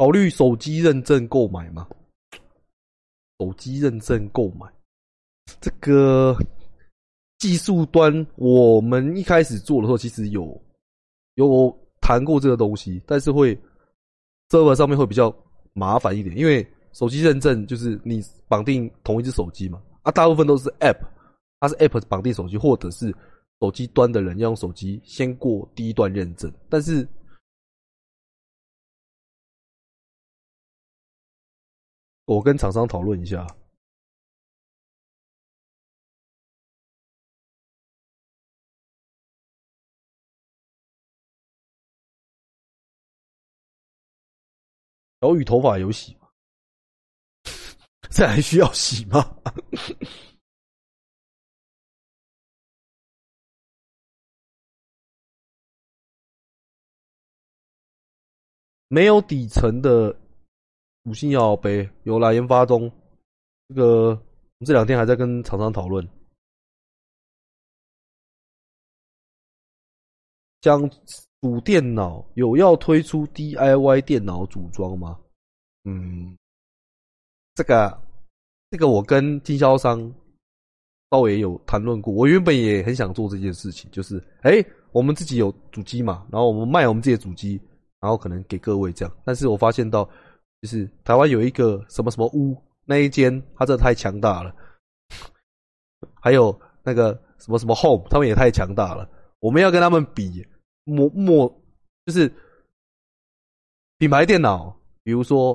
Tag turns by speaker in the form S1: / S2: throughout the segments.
S1: 考虑手机认证购买吗？手机认证购买，这个技术端我们一开始做的时候，其实有谈过这个东西，但是会 server 上面会比较麻烦一点，因为手机认证就是你绑定同一只手机嘛，大部分都是 App， 它是 App 绑定手机，或者是手机端的人要用手机先过第一段认证，但是我跟厂商讨论一下。小雨头发有洗吗？这还需要洗吗？没有底层的五星摇杯有来研发中，这个我们这两天还在跟厂商讨论。讲主电脑有要推出 DIY 电脑组装吗？嗯，这个我跟经销商稍微有谈论过，我原本也很想做这件事情，就是我们自己有主机嘛，然后我们卖我们自己的主机，然后可能给各位这样。但是我发现到，就是台湾有一个什么什么屋那一间，它真的太强大了，还有那个什么什么 Home， 他们也太强大了。我们要跟他们比，就是品牌电脑，比如说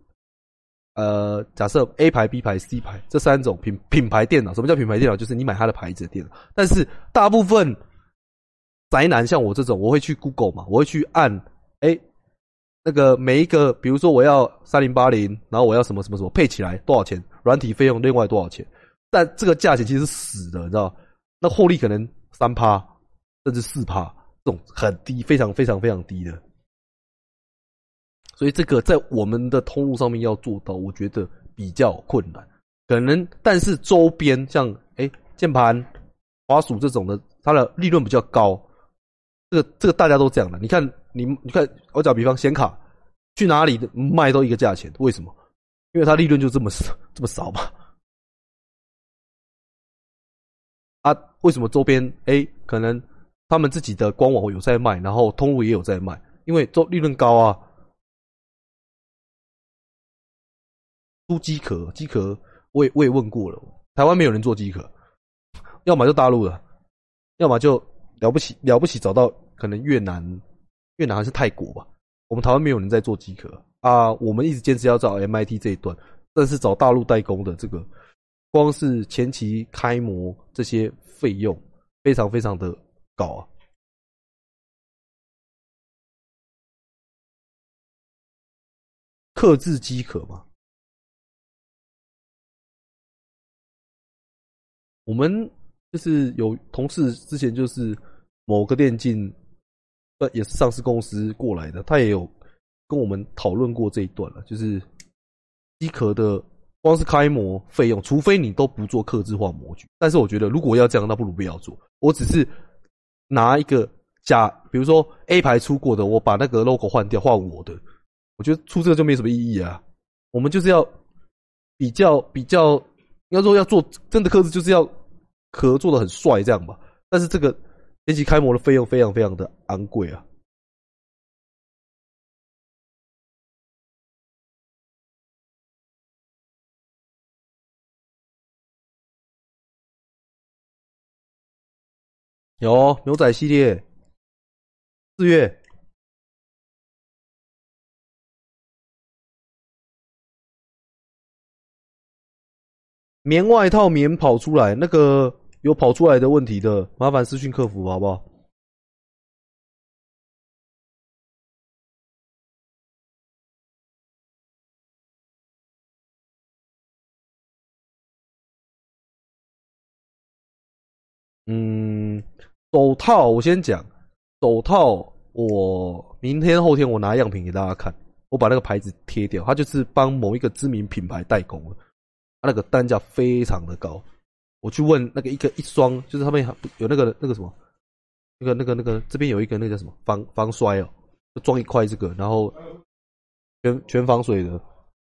S1: 假设 A 牌、B 牌、C 牌这三种品牌电脑，什么叫品牌电脑？就是你买它的牌子的电脑。但是大部分宅男像我这种，我会去 Google 嘛，我会去按那个每一个，比如说我要3080，然后我要什么什么什么配起来多少钱，软体费用另外多少钱，但这个价钱其实是死的，你知道？那获利可能3%甚至4%，这种很低，非常非常非常低的。所以这个在我们的通路上面要做到，我觉得比较困难。可能，但是周边像键盘、滑鼠这种的，它的利润比较高。这个大家都这样的。你看，我打比方，显卡去哪里卖都一个价钱，为什么？因为它利润就这么少嘛。为什么周边可能他们自己的官网有在卖，然后通路也有在卖，因为利润高啊。出机壳我也问过了，台湾没有人做机壳，要么就大陆的，要么就了不起找到可能越南还是泰国吧。我们台湾没有人在做机壳我们一直坚持要找 MIT 这一段，但是找大陆代工的这个，光是前期开模这些费用非常非常的高啊。客制机壳嘛，我们就是有同事之前就是某个电竞，也是上市公司过来的，他也有跟我们讨论过这一段了，就是机壳的光是开模费用，除非你都不做客制化模具，但是我觉得如果要这样，那不如不要做。我只是拿一个比如说 A 牌出过的，我把那个 logo 换掉，换我的，我觉得出这个就没什么意义啊。我们就是要比较，应该说要做真的客制，就是要壳做的很帅这样吧。但是这个前期开模的费用非常非常的昂贵啊。有牛仔系列4月棉外套棉跑出来，那个有跑出来的问题的，麻烦私讯客服好不好？嗯，手套我先讲，手套我明天后天我拿样品给大家看，我把那个牌子贴掉，它就是帮某一个知名品牌代工了，它那个单价非常的高。我去问那个一双，就是他们有那个什么，这边有一个那个叫什么防摔哦，就装一块这个，然后全防水的。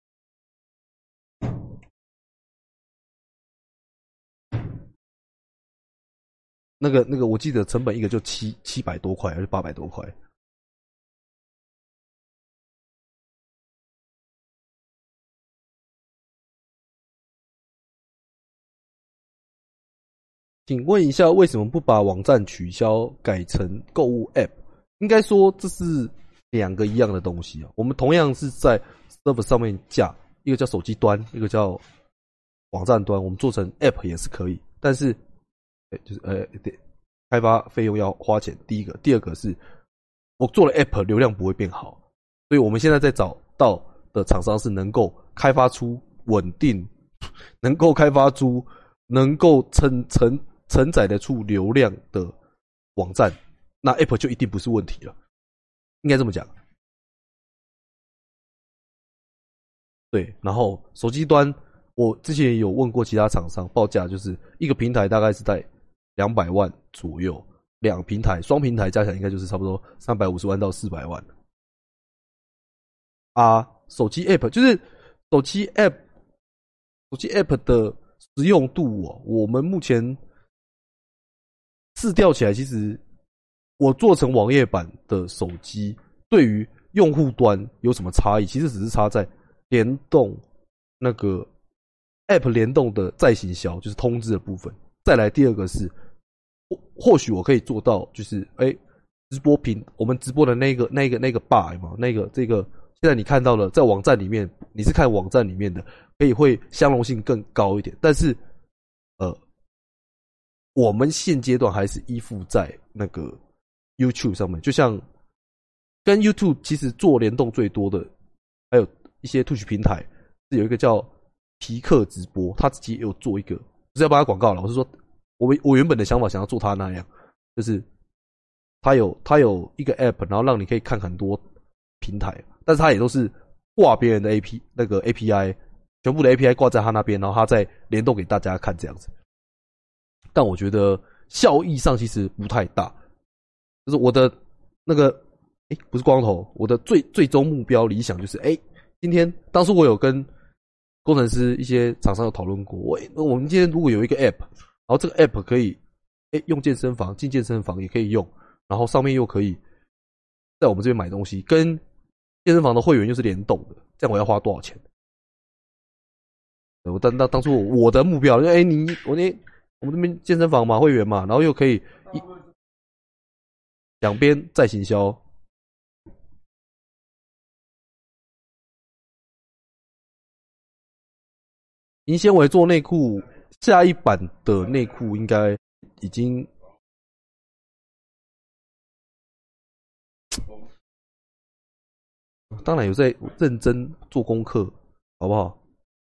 S1: 那个，我记得成本一个就700多块，还是800多块。请问一下，为什么不把网站取消，改成购物 App？ 应该说这是两个一样的东西啊。我们同样是在 server 上面架，一个叫手机端，一个叫网站端，我们做成 App 也是可以，但是就是对，开发费用要花钱。第一个，第二个是我做了 App 流量不会变好，所以我们现在在找到的厂商是能够开发出稳定，能够开发出能够承载得出流量的网站，那 App 就一定不是问题了，应该这么讲。对，然后手机端，我之前有问过其他厂商报价，就是一个平台大概是在200万左右，两平台双平台加起来应该就是差不多350万到400万啊。手机 App 就是手机 App， 手机 App 的实用度哦，我们目前试调起来，其实我做成网页版的手机，对于用户端有什么差异？其实只是差在联动那个 App 联动的再行销，就是通知的部分。再来第二个是，或许我可以做到，就是直播我们直播的那个 bar 嘛，这个现在你看到了，在网站里面，你是看网站里面的，可以会相容性更高一点，但是我们现阶段还是依附在那个 YouTube 上面，就像跟 YouTube 其实做联动最多的，还有一些 Twitch 平台是有一个叫皮克直播，他自己也有做一个，不是要帮他广告了，我是说我原本的想法想要做他那样，就是他有一个 App， 然后让你可以看很多平台，但是他也都是挂别人的 API， 全部的 API 挂在他那边，然后他再联动给大家看这样子。但我觉得效益上其实不太大，就是我的那个不是光头，我的最终目标理想就是今天当初我有跟工程师一些厂商有讨论过，我们今天如果有一个 App， 然后这个 App 可以用健身房，进健身房也可以用，然后上面又可以在我们这边买东西，跟健身房的会员又是联动的，这样我要花多少钱？我当初我的目标，我们这边健身房嘛，会员嘛，然后又可以两边再行销。银纤维做内裤，下一版的内裤应该已经，当然有在认真做功课，好不好？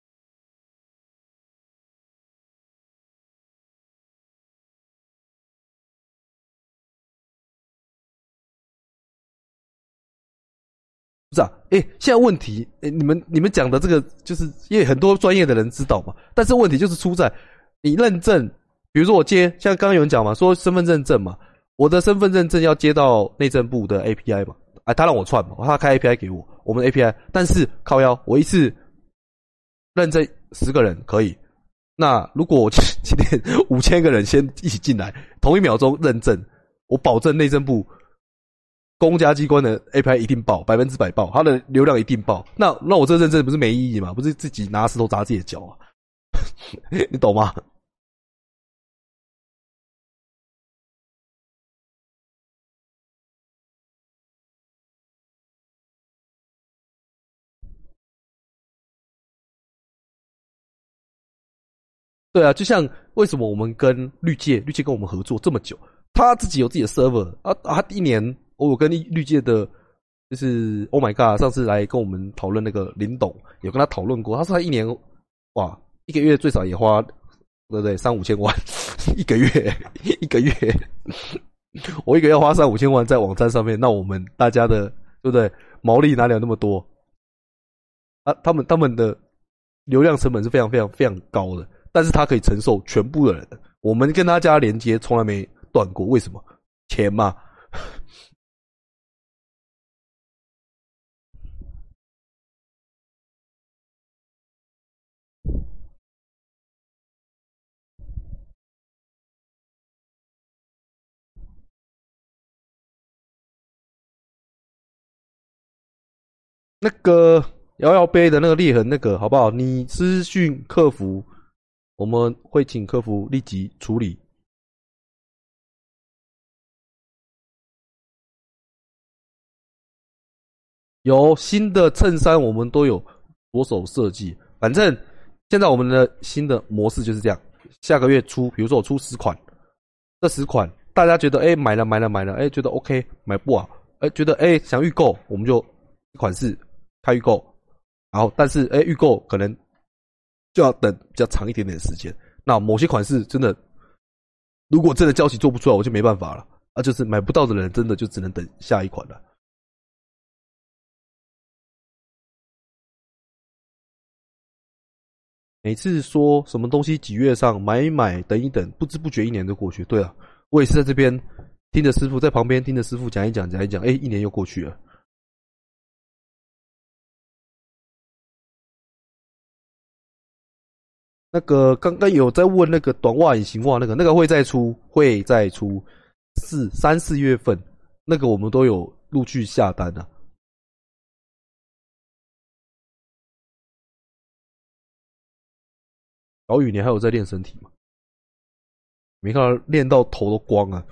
S1: 不是啊，现在问题，你们讲的这个，就是因为很多专业的人知道嘛，但是问题就是出在你认证，比如说我接，像刚刚有人讲嘛，说身份认证嘛，我的身份认证要接到内政部的 API 嘛，他让我串嘛，他开 API 给我，我们的 API， 但是靠腰，我一次认证10个人可以，那如果我今天5000个人先一起进来，同一秒钟认证，我保证内政部公家机关的 API 一定爆，100%爆，它的流量一定爆。那我这认证不是没意义吗？不是自己拿石头砸自己的脚啊？你懂吗？对啊，就像为什么我们跟绿界跟我们合作这么久，他自己有自己的 server 他一年我有跟绿界的，就是 Oh my God， 上次来跟我们讨论那个林董，有跟他讨论过，他说他一年哇，一个月最少也花对不对3-5千万一个月一个月，我一个月花3-5千万在网站上面，那我们大家的对不对毛利哪里有那么多啊？他们的流量成本是非常非常非常高的。但是他可以承受全部的人，我们跟他家连接从来没断过，为什么？钱嘛。 那个摇摇杯的那个裂痕，那个好不好？你私讯客服，我们会请客服立即处理。有新的衬衫，我们都有着手设计。反正现在我们的新的模式就是这样：下个月出，比如说我出10款，这10款大家觉得买了，觉得 OK 买不啊？觉得想预购，我们就款式开预购，然后但是预购可能就要等比较长一点点的时间。那某些款式真的，如果真的交期做不出来，我就没办法了啊，就是买不到的人真的就只能等下一款了。每次说什么东西几月上买一买，等一等，不知不觉1年就过去。对了，我也是在这边听着师傅在旁边听着师傅讲一讲，1年又过去了。那个刚刚有在问那个短袜隐形袜，那个会再出3、4月份，那个我们都有陆续下单啊。小雨，你还有在练身体吗？没看到练到头都光啊。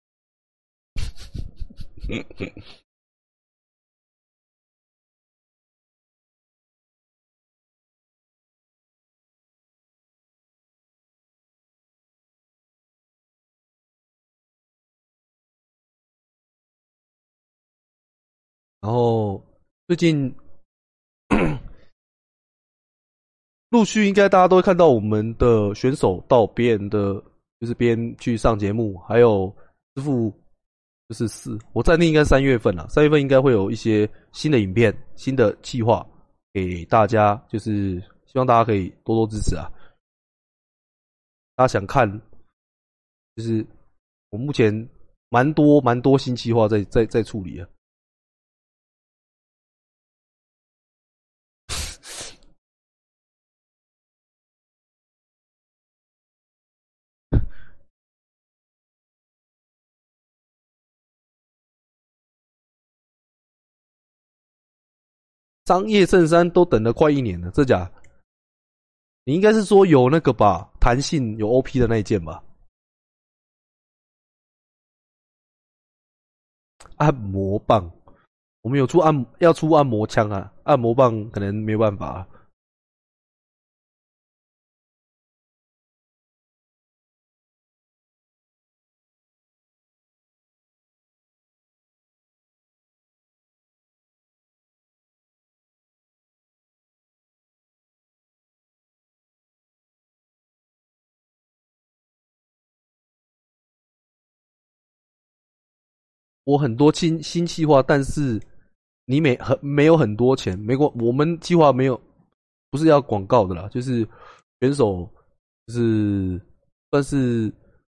S1: 然后最近陆续应该大家都会看到我们的选手到别人的就是别人去上节目，还有师傅就是我暂定应该3月份啦，3月份应该会有一些新的影片、新的企划给大家，就是希望大家可以多多支持啊！大家想看，就是我目前蛮多新企划在处理啊。商业衬衫都等了快1年了，这假？你应该是说有那个吧，弹性有 OP 的那一件吧？按摩棒，我们有要出按摩枪啊，按摩棒可能没有办法啊。我很多新计划，但是你没有很多钱，我们计划没有，不是要广告的啦，就是选手就是算是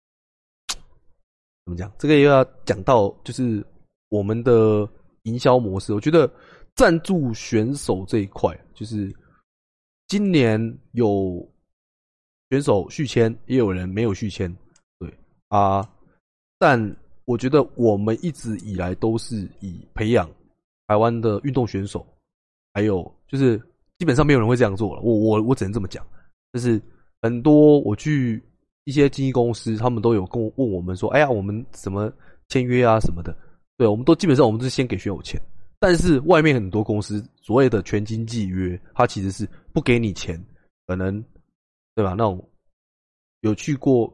S1: 怎么讲，这个又要讲到就是我们的营销模式。我觉得赞助选手这一块，就是今年有选手续签，也有人没有续签，对啊，但我觉得我们一直以来都是以培养台湾的运动选手，还有就是基本上没有人会这样做了。我只能这么讲，就是很多我去一些经纪公司，他们都有问我们说，哎呀，我们怎么签约啊什么的。对，我们都基本上我们是先给选手钱，但是外面很多公司所谓的全经纪约，它其实是不给你钱，可能对吧？那种有去过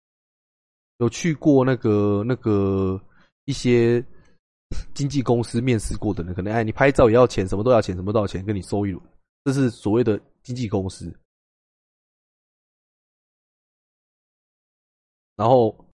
S1: 那个一些经纪公司面试过的人，可能你拍照也要钱，什么都要钱，什么都要钱，跟你收一轮，这是所谓的经纪公司。然后